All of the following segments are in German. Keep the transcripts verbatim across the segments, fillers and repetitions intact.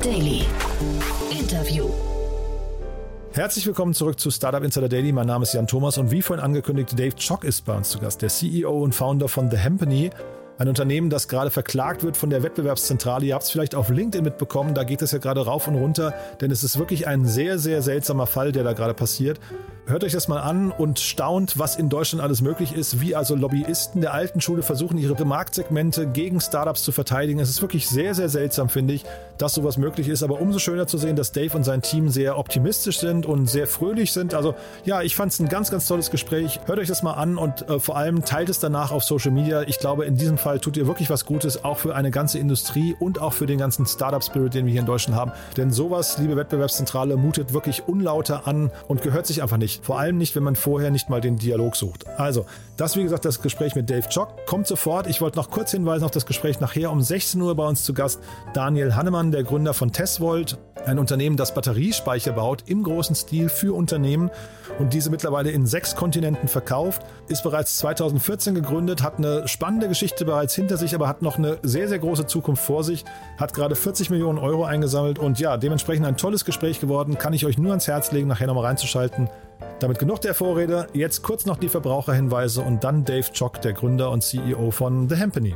Daily. Interview. Herzlich willkommen zurück zu Startup Insider Daily. Mein Name ist Jan Thomas und wie vorhin angekündigt, Dave Chock ist bei uns zu Gast, der C E O und Founder von The Hempany. Ein Unternehmen, das gerade verklagt wird von der Wettbewerbszentrale. Ihr habt es vielleicht auf LinkedIn mitbekommen, da geht es ja gerade rauf und runter, denn es ist wirklich ein sehr, sehr seltsamer Fall, der da gerade passiert. Hört euch das mal an und staunt, was in Deutschland alles möglich ist, wie also Lobbyisten der alten Schule versuchen, ihre Marktsegmente gegen Startups zu verteidigen. Es ist wirklich sehr, sehr seltsam, finde ich, dass sowas möglich ist, aber umso schöner zu sehen, dass Dave und sein Team sehr optimistisch sind und sehr fröhlich sind. Also ja, ich fand es ein ganz, ganz tolles Gespräch. Hört euch das mal an und äh, vor allem teilt es danach auf Social Media. Ich glaube, in diesem Fall tut ihr wirklich was Gutes, auch für eine ganze Industrie und auch für den ganzen Startup-Spirit, den wir hier in Deutschland haben. Denn sowas, liebe Wettbewerbszentrale, mutet wirklich unlauter an und gehört sich einfach nicht. Vor allem nicht, wenn man vorher nicht mal den Dialog sucht. Also, das wie gesagt das Gespräch mit Dave Chock. Kommt sofort. Ich wollte noch kurz hinweisen auf das Gespräch nachher um sechzehn Uhr bei uns zu Gast. Daniel Hannemann, der Gründer von Tesvolt, ein Unternehmen, das Batteriespeicher baut im großen Stil für Unternehmen und diese mittlerweile in sechs Kontinenten verkauft, ist bereits zweitausendvierzehn gegründet, hat eine spannende Geschichte bereits hinter sich, aber hat noch eine sehr, sehr große Zukunft vor sich, hat gerade vierzig Millionen Euro eingesammelt und ja, dementsprechend ein tolles Gespräch geworden, kann ich euch nur ans Herz legen, nachher nochmal reinzuschalten. Damit genug der Vorrede, jetzt kurz noch die Verbraucherhinweise und dann Dave Chock, der Gründer und C E O von The Hempany.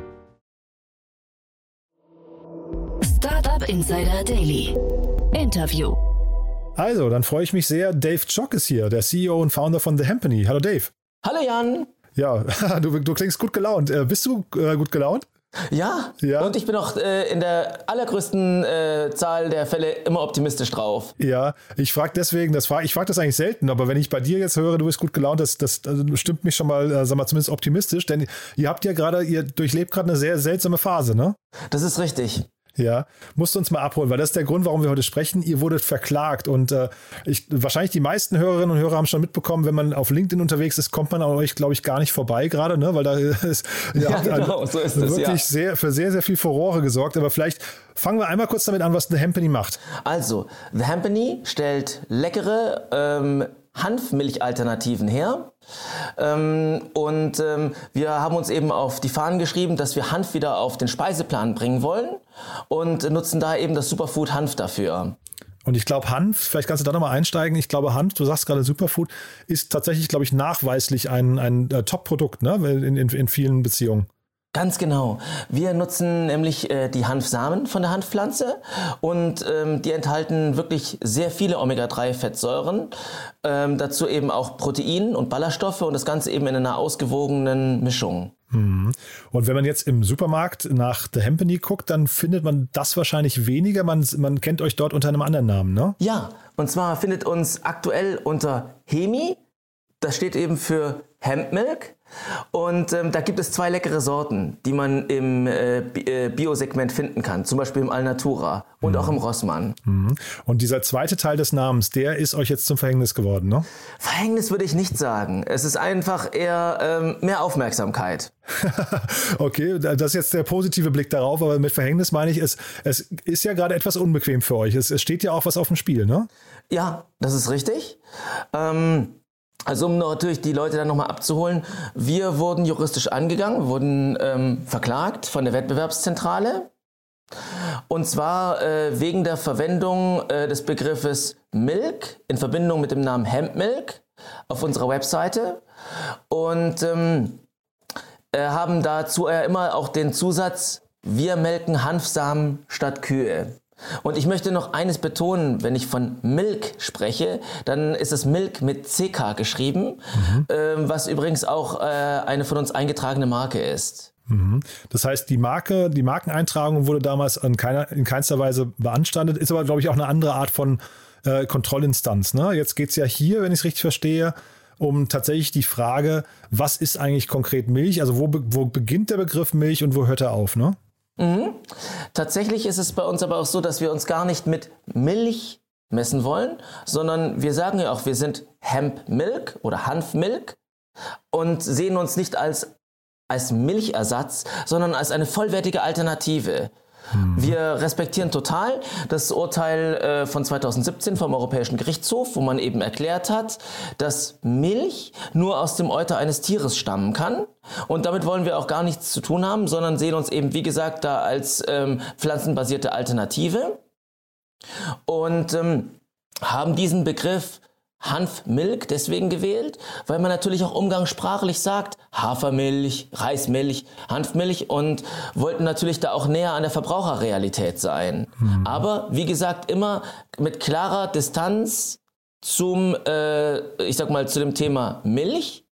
Startup Insider Daily. Interview. Also, dann freue ich mich sehr. Dave Chock ist hier, der C E O und Founder von The Hempany. Hallo Dave. Hallo Jan. Ja, du, du klingst gut gelaunt. Äh, bist du äh, gut gelaunt? Ja, ja, und ich bin auch äh, in der allergrößten äh, Zahl der Fälle immer optimistisch drauf. Ja, ich frage deswegen, das frag, ich frage das eigentlich selten, aber wenn ich bei dir jetzt höre, du bist gut gelaunt, das, das, das stimmt mich schon mal, äh, sag mal, zumindest optimistisch, denn ihr habt ja gerade, ihr durchlebt gerade eine sehr seltsame Phase, ne? Das ist richtig. Ja, musst du uns mal abholen, weil das ist der Grund, warum wir heute sprechen. Ihr wurdet verklagt und äh, ich, wahrscheinlich die meisten Hörerinnen und Hörer haben schon mitbekommen, wenn man auf LinkedIn unterwegs ist, kommt man an euch, glaube ich, gar nicht vorbei gerade, ne? Weil da ist, ihr ja, habt genau, ein, so ist wirklich es, ja. sehr, für sehr, sehr viel Furore gesorgt. Aber vielleicht fangen wir einmal kurz damit an, was The Hempany macht. Also, The Hempany stellt leckere ähm, Hanfmilch-Alternativen her. Ähm, und ähm, wir haben uns eben auf die Fahnen geschrieben, dass wir Hanf wieder auf den Speiseplan bringen wollen und nutzen da eben das Superfood Hanf dafür. Und ich glaube, Hanf, vielleicht kannst du da nochmal einsteigen, ich glaube, Hanf, du sagst gerade Superfood, ist tatsächlich, glaube ich, nachweislich ein, ein äh, Top-Produkt, ne? in, in, in vielen Beziehungen. Ganz genau. Wir nutzen nämlich äh, die Hanfsamen von der Hanfpflanze und ähm, die enthalten wirklich sehr viele Omega drei Fettsäuren, ähm, dazu eben auch Protein und Ballaststoffe und das Ganze eben in einer ausgewogenen Mischung. Mhm. Und wenn man jetzt im Supermarkt nach The Hempany guckt, dann findet man das wahrscheinlich weniger. Man, man kennt euch dort unter einem anderen Namen, ne? Ja, und zwar findet uns aktuell unter Hemi. Das steht eben für Hemp Milk. Und ähm, da gibt es zwei leckere Sorten, die man im äh, Bio-Segment finden kann. Zum Beispiel im Alnatura und mhm. auch im Rossmann. Mhm. Und dieser zweite Teil des Namens, der ist euch jetzt zum Verhängnis geworden, ne? Verhängnis würde ich nicht sagen. Es ist einfach eher ähm, mehr Aufmerksamkeit. Okay, das ist jetzt der positive Blick darauf, aber mit Verhängnis meine ich, es, es ist ja gerade etwas unbequem für euch. Es, es steht ja auch was auf dem Spiel, ne? Ja, das ist richtig. Ähm... Also um natürlich die Leute dann nochmal abzuholen, wir wurden juristisch angegangen, wir wurden ähm, verklagt von der Wettbewerbszentrale und zwar äh, wegen der Verwendung äh, des Begriffes Milk in Verbindung mit dem Namen Hemp Milk auf unserer Webseite und ähm, äh, haben dazu äh, immer auch den Zusatz, wir melken Hanfsamen statt Kühe. Und ich möchte noch eines betonen, wenn ich von Milk spreche, dann ist es Milk mit C K geschrieben, mhm. äh, was übrigens auch äh, eine von uns eingetragene Marke ist. Mhm. Das heißt, die Marke, die Markeneintragung wurde damals in, keiner, in keinster Weise beanstandet, ist aber, glaube ich, auch eine andere Art von äh, Kontrollinstanz. Ne? Jetzt geht es ja hier, wenn ich es richtig verstehe, um tatsächlich die Frage, was ist eigentlich konkret Milch? Also wo, wo beginnt der Begriff Milch und wo hört er auf, ne? Mhm. Tatsächlich ist es bei uns aber auch so, dass wir uns gar nicht mit Milch messen wollen, sondern wir sagen ja auch, wir sind Hemp Milk oder Hanfmilk und sehen uns nicht als, als Milchersatz, sondern als eine vollwertige Alternative. Mhm. Wir respektieren total das Urteil äh, von zweitausendsiebzehn vom Europäischen Gerichtshof, wo man eben erklärt hat, dass Milch nur aus dem Euter eines Tieres stammen kann. Und damit wollen wir auch gar nichts zu tun haben, sondern sehen uns eben, wie gesagt, da als ähm, pflanzenbasierte Alternative. und ähm, haben diesen Begriff Hanfmilch deswegen gewählt, weil man natürlich auch umgangssprachlich sagt, Hafermilch, Reismilch, Hanfmilch und wollten natürlich da auch näher an der Verbraucherrealität sein. Mhm. Aber wie gesagt, immer mit klarer Distanz zum, äh, ich sag mal, zu dem Thema Milch,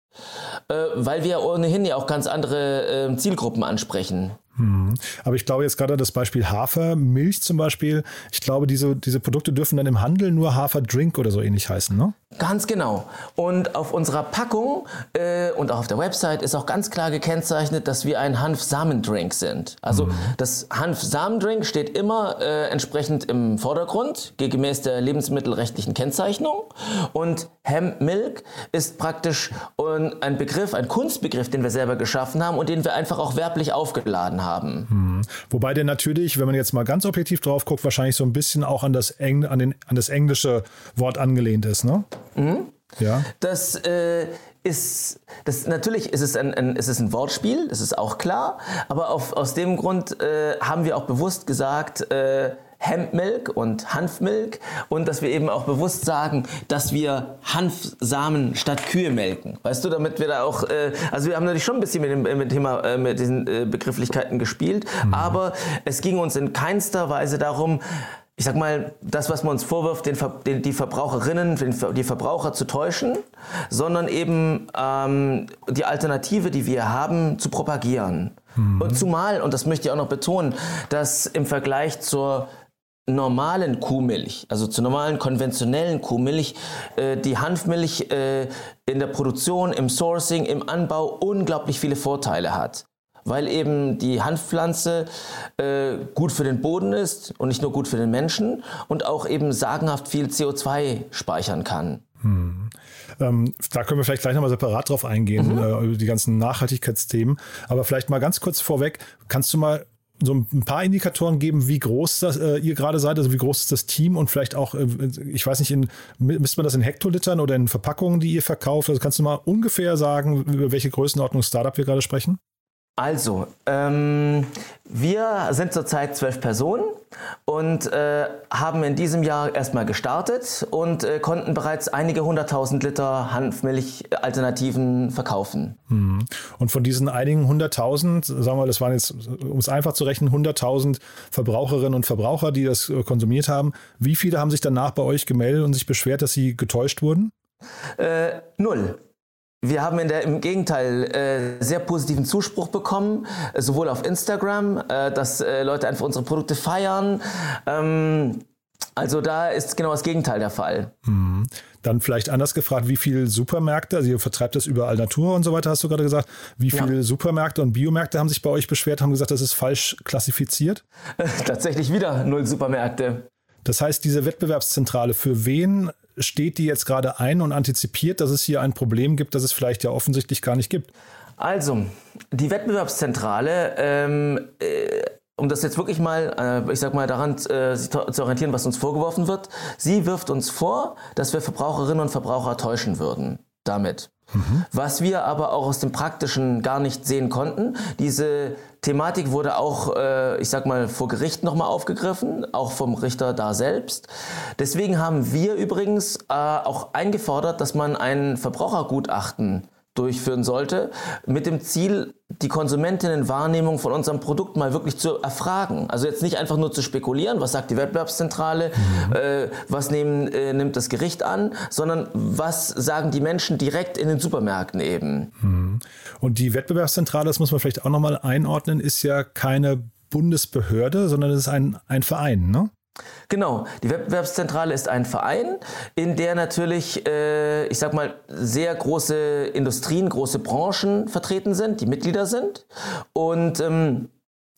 äh, weil wir ohnehin ja auch ganz andere äh, Zielgruppen ansprechen. Hm. Aber ich glaube jetzt gerade das Beispiel Hafermilch zum Beispiel, ich glaube, diese, diese Produkte dürfen dann im Handel nur Haferdrink oder so ähnlich heißen, ne? Ganz genau. Und auf unserer Packung äh, und auch auf der Website ist auch ganz klar gekennzeichnet, dass wir ein Hanfsamendrink sind. Also mhm. das Hanfsamendrink steht immer äh, entsprechend im Vordergrund, gemäß der lebensmittelrechtlichen Kennzeichnung. Und Hemp-Milk ist praktisch ein Begriff, ein Kunstbegriff, den wir selber geschaffen haben und den wir einfach auch werblich aufgeladen haben. Mhm. Wobei der natürlich, wenn man jetzt mal ganz objektiv drauf guckt, wahrscheinlich so ein bisschen auch an das, Eng, an den, an das englische Wort angelehnt ist, ne? Mhm. Ja. Das äh, ist, das, natürlich ist es ein, ein, ist es ein Wortspiel, das ist auch klar, aber auf, aus dem Grund äh, haben wir auch bewusst gesagt, äh, Hempmilk und Hanfmilk und dass wir eben auch bewusst sagen, dass wir Hanfsamen statt Kühe melken. Weißt du, damit wir da auch, äh, also wir haben natürlich schon ein bisschen mit dem, mit dem Thema, äh, mit diesen äh, Begrifflichkeiten gespielt, mhm. aber es ging uns in keinster Weise darum, ich sag mal, das, was man uns vorwirft, den, den, die Verbraucherinnen, den, die Verbraucher zu täuschen, sondern eben ähm, die Alternative, die wir haben, zu propagieren. Mhm. Und zumal, und das möchte ich auch noch betonen, dass im Vergleich zur normalen Kuhmilch, also zur normalen konventionellen Kuhmilch, äh, die Hanfmilch äh, in der Produktion, im Sourcing, im Anbau unglaublich viele Vorteile hat. Weil eben die Hanfpflanze äh, gut für den Boden ist und nicht nur gut für den Menschen und auch eben sagenhaft viel C O zwei speichern kann. Hm. Ähm, da können wir vielleicht gleich nochmal separat drauf eingehen, mhm. äh, über die ganzen Nachhaltigkeitsthemen. Aber vielleicht mal ganz kurz vorweg, kannst du mal so ein paar Indikatoren geben, wie groß das, äh, ihr gerade seid, also wie groß ist das Team und vielleicht auch, äh, ich weiß nicht, in, misst man das in Hektolitern oder in Verpackungen, die ihr verkauft? Also kannst du mal ungefähr sagen, über welche Größenordnung Startup wir gerade sprechen? Also, ähm, wir sind zurzeit zwölf Personen und äh, haben in diesem Jahr erstmal gestartet und äh, konnten bereits einige hunderttausend Liter Hanfmilch-Alternativen verkaufen. Hm. Und von diesen einigen hunderttausend, sagen wir, das waren jetzt, um es einfach zu rechnen, hunderttausend Verbraucherinnen und Verbraucher, die das äh, konsumiert haben. Wie viele haben sich danach bei euch gemeldet und sich beschwert, dass sie getäuscht wurden? Äh, null. Wir haben in der, im Gegenteil äh, sehr positiven Zuspruch bekommen, äh, sowohl auf Instagram, äh, dass äh, Leute einfach unsere Produkte feiern. Ähm, also da ist genau das Gegenteil der Fall. Hm. Dann vielleicht anders gefragt, wie viele Supermärkte, also ihr vertreibt das überall Natur und so weiter, hast du gerade gesagt, wie viele ja. Supermärkte und Biomärkte haben sich bei euch beschwert, haben gesagt, das ist falsch klassifiziert? Äh, tatsächlich wieder null Supermärkte. Das heißt, diese Wettbewerbszentrale, für wen steht die jetzt gerade ein und antizipiert, dass es hier ein Problem gibt, das es vielleicht ja offensichtlich gar nicht gibt? Also, die Wettbewerbszentrale, ähm, äh, um das jetzt wirklich mal, äh, ich sag mal, daran äh, zu orientieren, was uns vorgeworfen wird, sie wirft uns vor, dass wir Verbraucherinnen und Verbraucher täuschen würden damit. Mhm. Was wir aber auch aus dem Praktischen gar nicht sehen konnten. Diese Thematik wurde auch, äh, ich sag mal, vor Gericht nochmal aufgegriffen, auch vom Richter da selbst. Deswegen haben wir übrigens äh, auch eingefordert, dass man ein Verbrauchergutachten durchführen sollte, mit dem Ziel, die Konsumentinnenwahrnehmung von unserem Produkt mal wirklich zu erfragen. Also jetzt nicht einfach nur zu spekulieren, was sagt die Wettbewerbszentrale, mhm. äh, was nehmen, äh, nimmt das Gericht an, sondern was sagen die Menschen direkt in den Supermärkten eben. Mhm. Und die Wettbewerbszentrale, das muss man vielleicht auch nochmal einordnen, ist ja keine Bundesbehörde, sondern es ist ein, ein Verein, ne? Genau, die Wettbewerbszentrale ist ein Verein, in der natürlich, äh, ich sag mal, sehr große Industrien, große Branchen vertreten sind, die Mitglieder sind und ähm,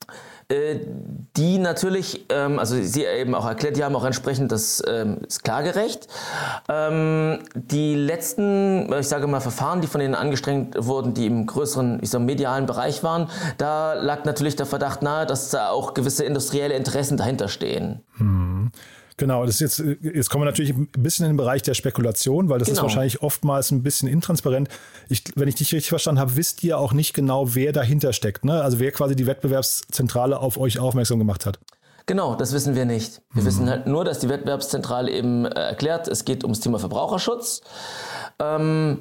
äh, die natürlich, ähm, also sie eben auch erklärt, die haben auch entsprechend das, ähm, das Klagerecht. Ähm, die letzten, ich sage mal, Verfahren, die von denen angestrengt wurden, die im größeren, ich sag, medialen Bereich waren, da lag natürlich der Verdacht nahe, dass da auch gewisse industrielle Interessen dahinter stehen. Hm. Genau, das ist jetzt, jetzt kommen wir natürlich ein bisschen in den Bereich der Spekulation, weil das genau. ist wahrscheinlich oftmals ein bisschen intransparent. Ich, wenn ich dich richtig verstanden habe, wisst ihr auch nicht genau, wer dahinter steckt, ne? Also wer quasi die Wettbewerbszentrale auf euch aufmerksam gemacht hat. Genau, das wissen wir nicht. Wir mhm. wissen halt nur, dass die Wettbewerbszentrale eben äh, erklärt, es geht ums Thema Verbraucherschutz. Ähm,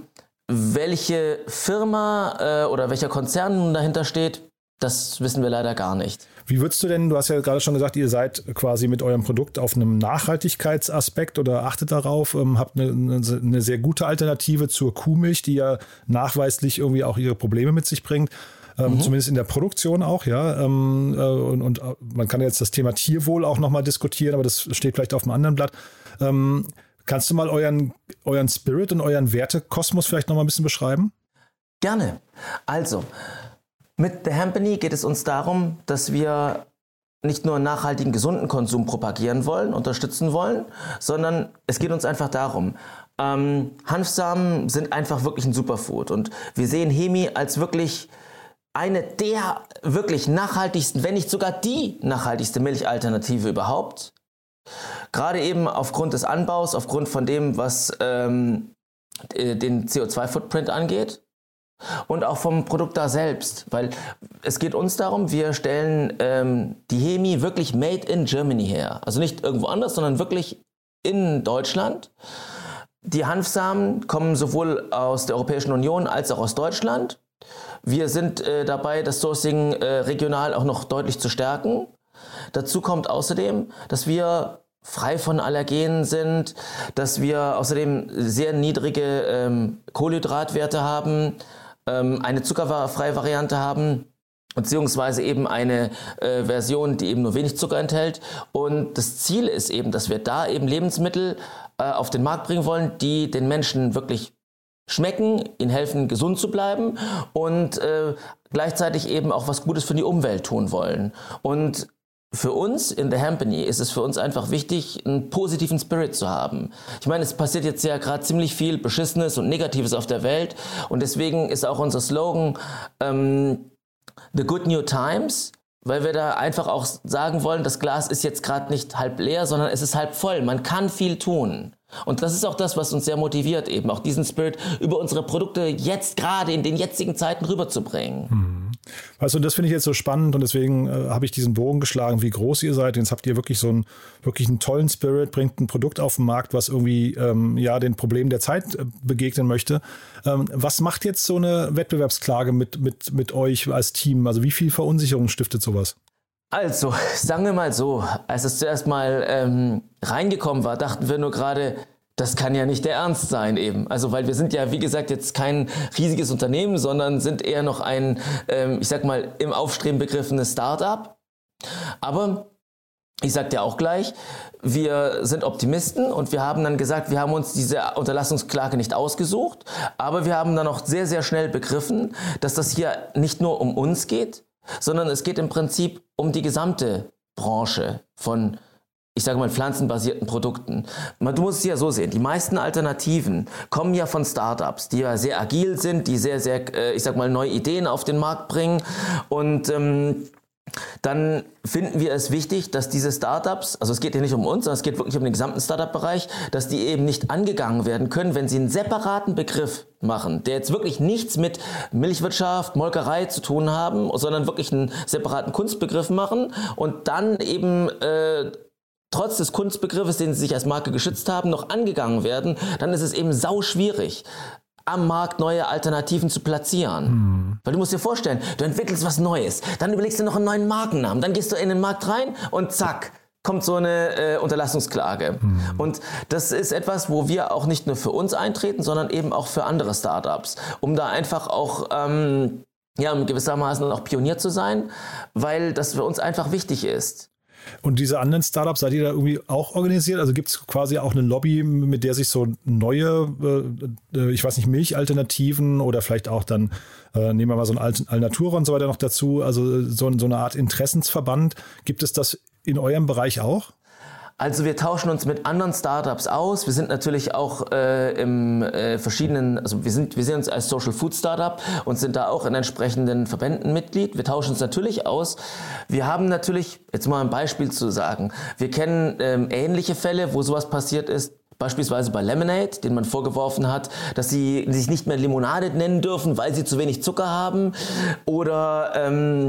welche Firma äh, oder welcher Konzern nun dahinter steht, das wissen wir leider gar nicht. Wie würdest du denn, du hast ja gerade schon gesagt, ihr seid quasi mit eurem Produkt auf einem Nachhaltigkeitsaspekt oder achtet darauf, ähm, habt eine, eine sehr gute Alternative zur Kuhmilch, die ja nachweislich irgendwie auch ihre Probleme mit sich bringt. Ähm, mhm. Zumindest in der Produktion auch, ja. Ähm, äh, und, und man kann jetzt das Thema Tierwohl auch nochmal diskutieren, aber das steht vielleicht auf einem anderen Blatt. Ähm, kannst du mal euren, euren Spirit und euren Wertekosmos vielleicht nochmal ein bisschen beschreiben? Gerne. Also, mit The Hempany geht es uns darum, dass wir nicht nur einen nachhaltigen, gesunden Konsum propagieren wollen, unterstützen wollen, sondern es geht uns einfach darum, ähm, Hanfsamen sind einfach wirklich ein Superfood und wir sehen Hemi als wirklich eine der wirklich nachhaltigsten, wenn nicht sogar die nachhaltigste Milchalternative überhaupt. Gerade eben aufgrund des Anbaus, aufgrund von dem, was ähm, den C O zwei Footprint angeht. Und auch vom Produkt da selbst, weil es geht uns darum, wir stellen ähm, die Hemi wirklich made in Germany her. Also nicht irgendwo anders, sondern wirklich in Deutschland. Die Hanfsamen kommen sowohl aus der Europäischen Union als auch aus Deutschland. Wir sind äh, dabei, das Sourcing äh, regional auch noch deutlich zu stärken. Dazu kommt außerdem, dass wir frei von Allergenen sind, dass wir außerdem sehr niedrige ähm, Kohlenhydratwerte haben, eine zuckerfreie Variante haben, beziehungsweise eben eine äh, Version, die eben nur wenig Zucker enthält. Und das Ziel ist eben, dass wir da eben Lebensmittel äh, auf den Markt bringen wollen, die den Menschen wirklich schmecken, ihnen helfen, gesund zu bleiben und äh, gleichzeitig eben auch was Gutes für die Umwelt tun wollen. Und für uns in The Hempany ist es für uns einfach wichtig, einen positiven Spirit zu haben. Ich meine, es passiert jetzt ja gerade ziemlich viel Beschissenes und Negatives auf der Welt und deswegen ist auch unser Slogan ähm, The Good New Times, weil wir da einfach auch sagen wollen, das Glas ist jetzt gerade nicht halb leer, sondern es ist halb voll. Man kann viel tun. Und das ist auch das, was uns sehr motiviert, eben auch diesen Spirit über unsere Produkte jetzt gerade in den jetzigen Zeiten rüberzubringen. Hm. Weißt du, das finde ich jetzt so spannend und deswegen äh, habe ich diesen Bogen geschlagen, wie groß ihr seid. Jetzt habt ihr wirklich so einen, wirklich einen tollen Spirit, bringt ein Produkt auf den Markt, was irgendwie ähm, ja, den Problemen der Zeit äh, begegnen möchte. Ähm, was macht jetzt so eine Wettbewerbsklage mit, mit, mit euch als Team? Also wie viel Verunsicherung stiftet sowas? Also, sagen wir mal so, als es zuerst mal ähm, reingekommen war, dachten wir nur gerade, das kann ja nicht der Ernst sein eben. Also, weil wir sind ja, wie gesagt, jetzt kein riesiges Unternehmen, sondern sind eher noch ein, ähm, ich sag mal, im Aufstreben begriffenes Start-up. Aber ich sag dir auch gleich, wir sind Optimisten und wir haben dann gesagt, wir haben uns diese Unterlassungsklage nicht ausgesucht, aber wir haben dann auch sehr, sehr schnell begriffen, dass das hier nicht nur um uns geht, sondern es geht im Prinzip um die gesamte Branche von, ich sage mal, pflanzenbasierten Produkten. Du musst es ja so sehen, die meisten Alternativen kommen ja von Startups, die ja sehr agil sind, die sehr, sehr, ich sag mal, neue Ideen auf den Markt bringen und ähm, dann finden wir es wichtig, dass diese Startups, also es geht hier nicht um uns, sondern es geht wirklich um den gesamten Startup-Bereich, dass die eben nicht angegangen werden können, wenn sie einen separaten Begriff machen, der jetzt wirklich nichts mit Milchwirtschaft, Molkerei zu tun haben, sondern wirklich einen separaten Kunstbegriff machen und dann eben äh, trotz des Kunstbegriffes, den sie sich als Marke geschützt haben, noch angegangen werden, dann ist es eben sau schwierig, am Markt neue Alternativen zu platzieren. Hm. Weil du musst dir vorstellen, du entwickelst was Neues, dann überlegst du noch einen neuen Markennamen, dann gehst du in den Markt rein und zack, kommt so eine äh, Unterlassungsklage. Hm. Und das ist etwas, wo wir auch nicht nur für uns eintreten, sondern eben auch für andere Startups, um da einfach auch ähm, ja, gewissermaßen auch Pionier zu sein, weil das für uns einfach wichtig ist. Und diese anderen Startups, seid ihr da irgendwie auch organisiert? Also gibt es quasi auch eine Lobby, mit der sich so neue, äh, ich weiß nicht, Milchalternativen oder vielleicht auch dann, äh, nehmen wir mal so ein Alnatura und so weiter noch dazu, also so, so eine Art Interessensverband. Gibt es das in eurem Bereich auch? Also wir tauschen uns mit anderen Startups aus. Wir sind natürlich auch äh, im äh, verschiedenen, also wir sind, wir sehen uns als Social Food Startup und sind da auch in entsprechenden Verbänden Mitglied. Wir tauschen uns natürlich aus. Wir haben natürlich, jetzt mal ein Beispiel zu sagen, wir kennen ähm, ähnliche Fälle, wo sowas passiert ist. Beispielsweise bei Lemonade, den man vorgeworfen hat, dass sie sich nicht mehr Limonade nennen dürfen, weil sie zu wenig Zucker haben. Oder ähm,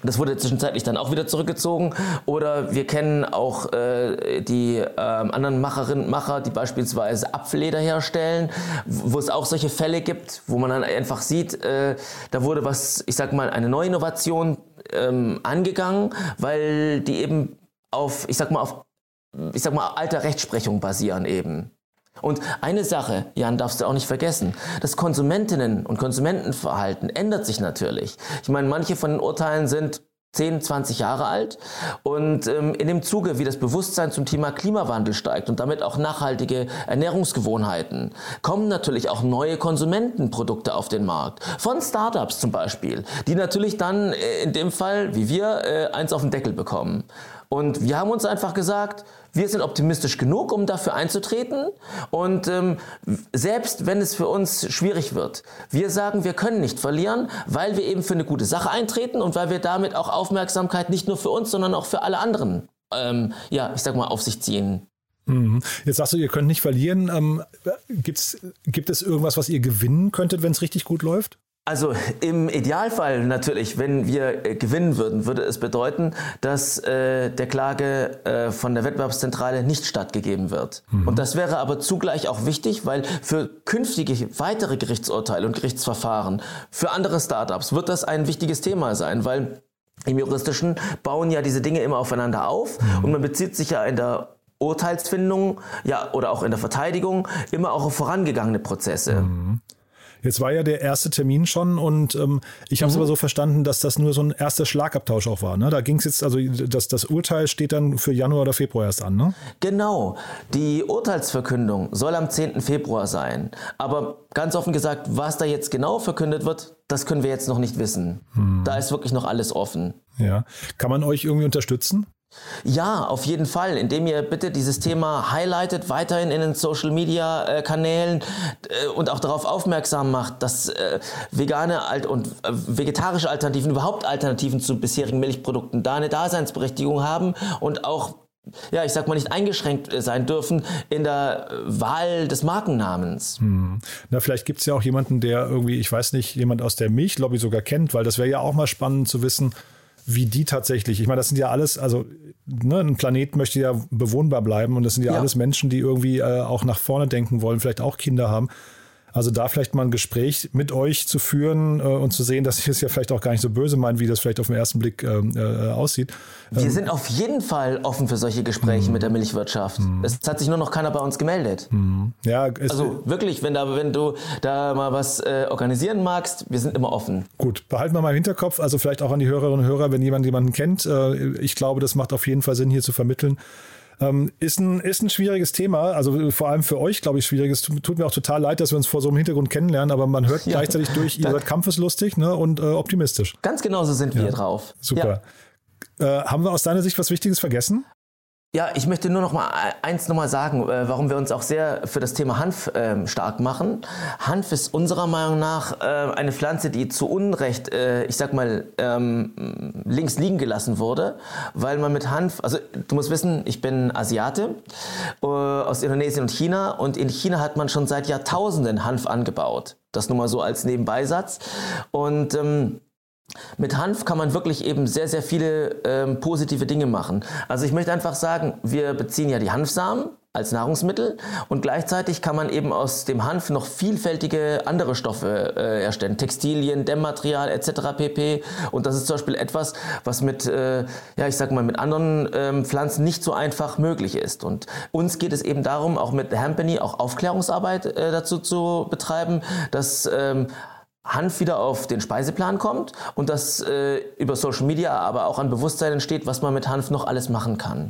Das wurde zwischenzeitlich dann auch wieder zurückgezogen. Oder wir kennen auch äh, die äh, anderen Macherinnen und Macher, die beispielsweise Apfelleder herstellen, wo es auch solche Fälle gibt, wo man dann einfach sieht, äh, da wurde was, ich sag mal, eine neue Innovation ähm, angegangen, weil die eben auf, ich sag mal, auf, ich sag mal, alter Rechtsprechung basieren eben. Und eine Sache, Jan, darfst du auch nicht vergessen, das Konsumentinnen- und Konsumentenverhalten ändert sich natürlich. Ich meine, manche von den Urteilen sind zehn, zwanzig Jahre alt und ähm, in dem Zuge, wie das Bewusstsein zum Thema Klimawandel steigt und damit auch nachhaltige Ernährungsgewohnheiten, kommen natürlich auch neue Konsumentenprodukte auf den Markt. Von Startups zum Beispiel, die natürlich dann äh, in dem Fall, wie wir, äh, eins auf den Deckel bekommen. Und wir haben uns einfach gesagt, wir sind optimistisch genug, um dafür einzutreten. Und ähm, selbst wenn es für uns schwierig wird, wir sagen, wir können nicht verlieren, weil wir eben für eine gute Sache eintreten und weil wir damit auch Aufmerksamkeit nicht nur für uns, sondern auch für alle anderen, ähm, ja, ich sag mal, auf sich ziehen. Jetzt sagst du, ihr könnt nicht verlieren. Ähm, gibt's, gibt es irgendwas, was ihr gewinnen könntet, wenn es richtig gut läuft? Also im Idealfall natürlich, wenn wir äh, gewinnen würden, würde es bedeuten, dass äh, der Klage äh, von der Wettbewerbszentrale nicht stattgegeben wird. Mhm. Und das wäre aber zugleich auch wichtig, weil für künftige weitere Gerichtsurteile und Gerichtsverfahren für andere Startups wird das ein wichtiges Thema sein, weil im Juristischen bauen ja diese Dinge immer aufeinander auf mhm. und man bezieht sich ja in der Urteilsfindung ja, oder auch in der Verteidigung immer auch auf vorangegangene Prozesse. Mhm. Jetzt war ja der erste Termin schon und ähm, ich habe es mhm. aber so verstanden, dass das nur so ein erster Schlagabtausch auch war. Ne? Da ging es jetzt, also das, das Urteil steht dann für Januar oder Februar erst an, ne? Genau. Die Urteilsverkündung soll am zehnten Februar sein. Aber ganz offen gesagt, was da jetzt genau verkündet wird, das können wir jetzt noch nicht wissen. Mhm. Da ist wirklich noch alles offen. Ja. Kann man euch irgendwie unterstützen? Ja, auf jeden Fall, indem ihr bitte dieses Thema highlightet, weiterhin in den Social-Media-Kanälen äh, und auch darauf aufmerksam macht, dass äh, vegane Alt- und äh, vegetarische Alternativen, überhaupt Alternativen zu bisherigen Milchprodukten da eine Daseinsberechtigung haben und auch, ja, ich sag mal, nicht eingeschränkt sein dürfen in der Wahl des Markennamens. Hm. Na, vielleicht gibt es ja auch jemanden, der irgendwie, ich weiß nicht, jemand aus der Milchlobby sogar kennt, weil das wäre ja auch mal spannend zu wissen, wie die tatsächlich, ich meine, das sind ja alles, also ne, ein Planet möchte ja bewohnbar bleiben und das sind ja, ja. alles Menschen, die irgendwie äh, auch nach vorne denken wollen, vielleicht auch Kinder haben. Also da vielleicht mal ein Gespräch mit euch zu führen äh, und zu sehen, dass ich es ja vielleicht auch gar nicht so böse meine, wie das vielleicht auf den ersten Blick äh, äh, aussieht. Wir ähm, sind auf jeden Fall offen für solche Gespräche mm, mit der Milchwirtschaft. Mm. Es hat sich nur noch keiner bei uns gemeldet. Mm. Ja, es, also wirklich, wenn, da, wenn du da mal was äh, organisieren magst, wir sind immer offen. Gut, behalten wir mal im Hinterkopf, also vielleicht auch an die Hörerinnen und Hörer, wenn jemand jemanden kennt. Äh, ich glaube, das macht auf jeden Fall Sinn, hier zu vermitteln. Ähm, ist, ein, ist ein schwieriges Thema, also vor allem für euch, glaube ich, schwierig. Es tut, tut mir auch total leid, dass wir uns vor so einem Hintergrund kennenlernen, aber man hört ja. gleichzeitig durch, ihr seid kampfeslustig, ne, und äh, optimistisch. Ganz genau so sind wir ja. drauf. Super. Ja. Äh, haben wir aus deiner Sicht was Wichtiges vergessen? Ja, ich möchte nur noch mal eins noch mal sagen, warum wir uns auch sehr für das Thema Hanf äh, stark machen. Hanf ist unserer Meinung nach äh, eine Pflanze, die zu Unrecht, äh, ich sag mal, ähm, links liegen gelassen wurde, weil man mit Hanf, also du musst wissen, ich bin Asiate äh, aus Indonesien und China und in China hat man schon seit Jahrtausenden Hanf angebaut. Das nur mal so als Nebenbeisatz und ähm, mit Hanf kann man wirklich eben sehr, sehr viele ähm, positive Dinge machen. Also ich möchte einfach sagen, wir beziehen ja die Hanfsamen als Nahrungsmittel und gleichzeitig kann man eben aus dem Hanf noch vielfältige andere Stoffe äh, erstellen. Textilien, Dämmmaterial et cetera pp. Und das ist zum Beispiel etwas, was mit, äh, ja ich sag mal, mit anderen ähm, Pflanzen nicht so einfach möglich ist. Und uns geht es eben darum, auch mit The Hampany auch Aufklärungsarbeit äh, dazu zu betreiben, dass ähm, Hanf wieder auf den Speiseplan kommt und dass äh, über Social Media aber auch ein Bewusstsein entsteht, was man mit Hanf noch alles machen kann.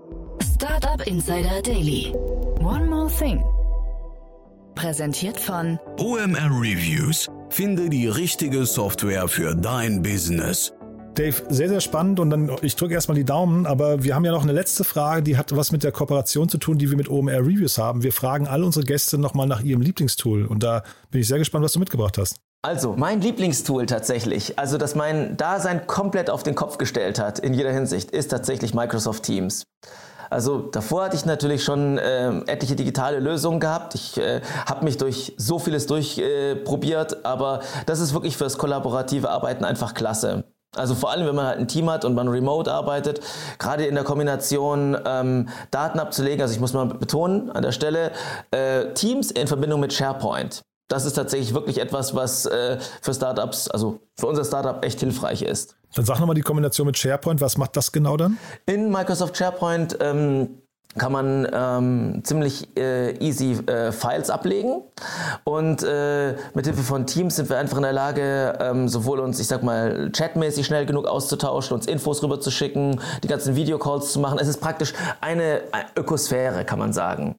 Startup Insider Daily. One more thing. Präsentiert von O M R Reviews. Finde die richtige Software für dein Business. Dave, sehr, sehr spannend und dann, ich drücke erstmal die Daumen, aber wir haben ja noch eine letzte Frage, die hat was mit der Kooperation zu tun, die wir mit O M R Reviews haben. Wir fragen alle unsere Gäste nochmal nach ihrem Lieblingstool und da bin ich sehr gespannt, was du mitgebracht hast. Also, mein Lieblingstool tatsächlich, also das mein Dasein komplett auf den Kopf gestellt hat in jeder Hinsicht, ist tatsächlich Microsoft Teams. Also davor hatte ich natürlich schon äh, etliche digitale Lösungen gehabt. Ich äh, habe mich durch so vieles durchprobiert, äh, aber das ist wirklich fürs kollaborative Arbeiten einfach klasse. Also vor allem, wenn man halt ein Team hat und man remote arbeitet, gerade in der Kombination ähm, Daten abzulegen, also ich muss mal betonen an der Stelle, äh, Teams in Verbindung mit SharePoint. Das ist tatsächlich wirklich etwas, was äh, für Startups, also für unser Startup echt hilfreich ist. Dann sag nochmal die Kombination mit SharePoint, was macht das genau dann? In Microsoft SharePoint ähm, kann man ähm, ziemlich äh, easy äh, Files ablegen und äh, mit Hilfe von Teams sind wir einfach in der Lage, ähm, sowohl uns, ich sag mal, chatmäßig schnell genug auszutauschen, uns Infos rüber zu schicken, die ganzen Videocalls zu machen. Es ist praktisch eine Ökosphäre, kann man sagen.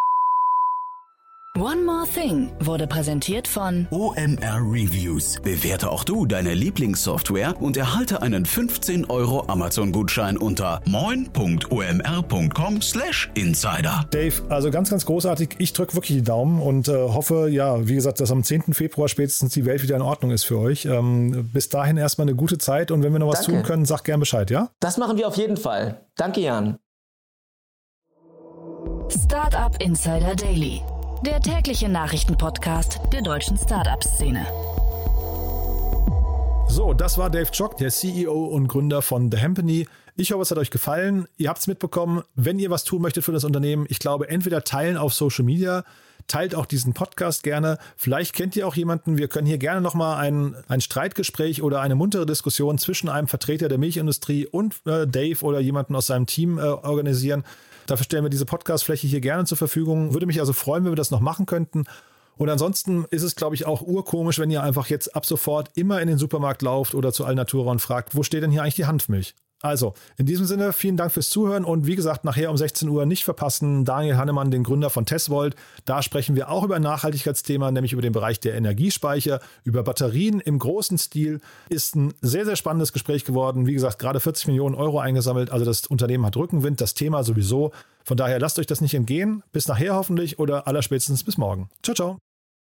One More Thing wurde präsentiert von O M R Reviews. Bewerte auch du deine Lieblingssoftware und erhalte einen fünfzehn Euro Amazon-Gutschein unter moin punkt o m r punkt com slash insider. Dave, also ganz, ganz großartig. Ich drücke wirklich die Daumen und äh, hoffe, ja, wie gesagt, dass am zehnten Februar spätestens die Welt wieder in Ordnung ist für euch. Ähm, bis dahin erstmal eine gute Zeit und wenn wir noch was Danke. tun können, sag gern Bescheid, ja? Das machen wir auf jeden Fall. Danke, Jan. Startup Insider Daily, der tägliche Nachrichtenpodcast der deutschen Startup-Szene. So, das war Dave Chock, der C E O und Gründer von The Hempany. Ich hoffe, es hat euch gefallen. Ihr habt es mitbekommen. Wenn ihr was tun möchtet für das Unternehmen, ich glaube, entweder teilen auf Social Media, teilt auch diesen Podcast gerne. Vielleicht kennt ihr auch jemanden. Wir können hier gerne nochmal ein, ein Streitgespräch oder eine muntere Diskussion zwischen einem Vertreter der Milchindustrie und äh, Dave oder jemanden aus seinem Team äh, organisieren. Dafür stellen wir diese Podcastfläche hier gerne zur Verfügung. Würde mich also freuen, wenn wir das noch machen könnten. Und ansonsten ist es, glaube ich, auch urkomisch, wenn ihr einfach jetzt ab sofort immer in den Supermarkt lauft oder zu Alnatura und fragt, wo steht denn hier eigentlich die Hanfmilch? Also, in diesem Sinne, vielen Dank fürs Zuhören und wie gesagt, nachher um sechzehn Uhr nicht verpassen, Daniel Hannemann, den Gründer von Tesvolt. Da sprechen wir auch über ein Nachhaltigkeitsthema, nämlich über den Bereich der Energiespeicher, über Batterien im großen Stil. Ist ein sehr, sehr spannendes Gespräch geworden. Wie gesagt, gerade vierzig Millionen Euro eingesammelt, also das Unternehmen hat Rückenwind, das Thema sowieso. Von daher lasst euch das nicht entgehen. Bis nachher hoffentlich oder allerspätestens bis morgen. Ciao, ciao.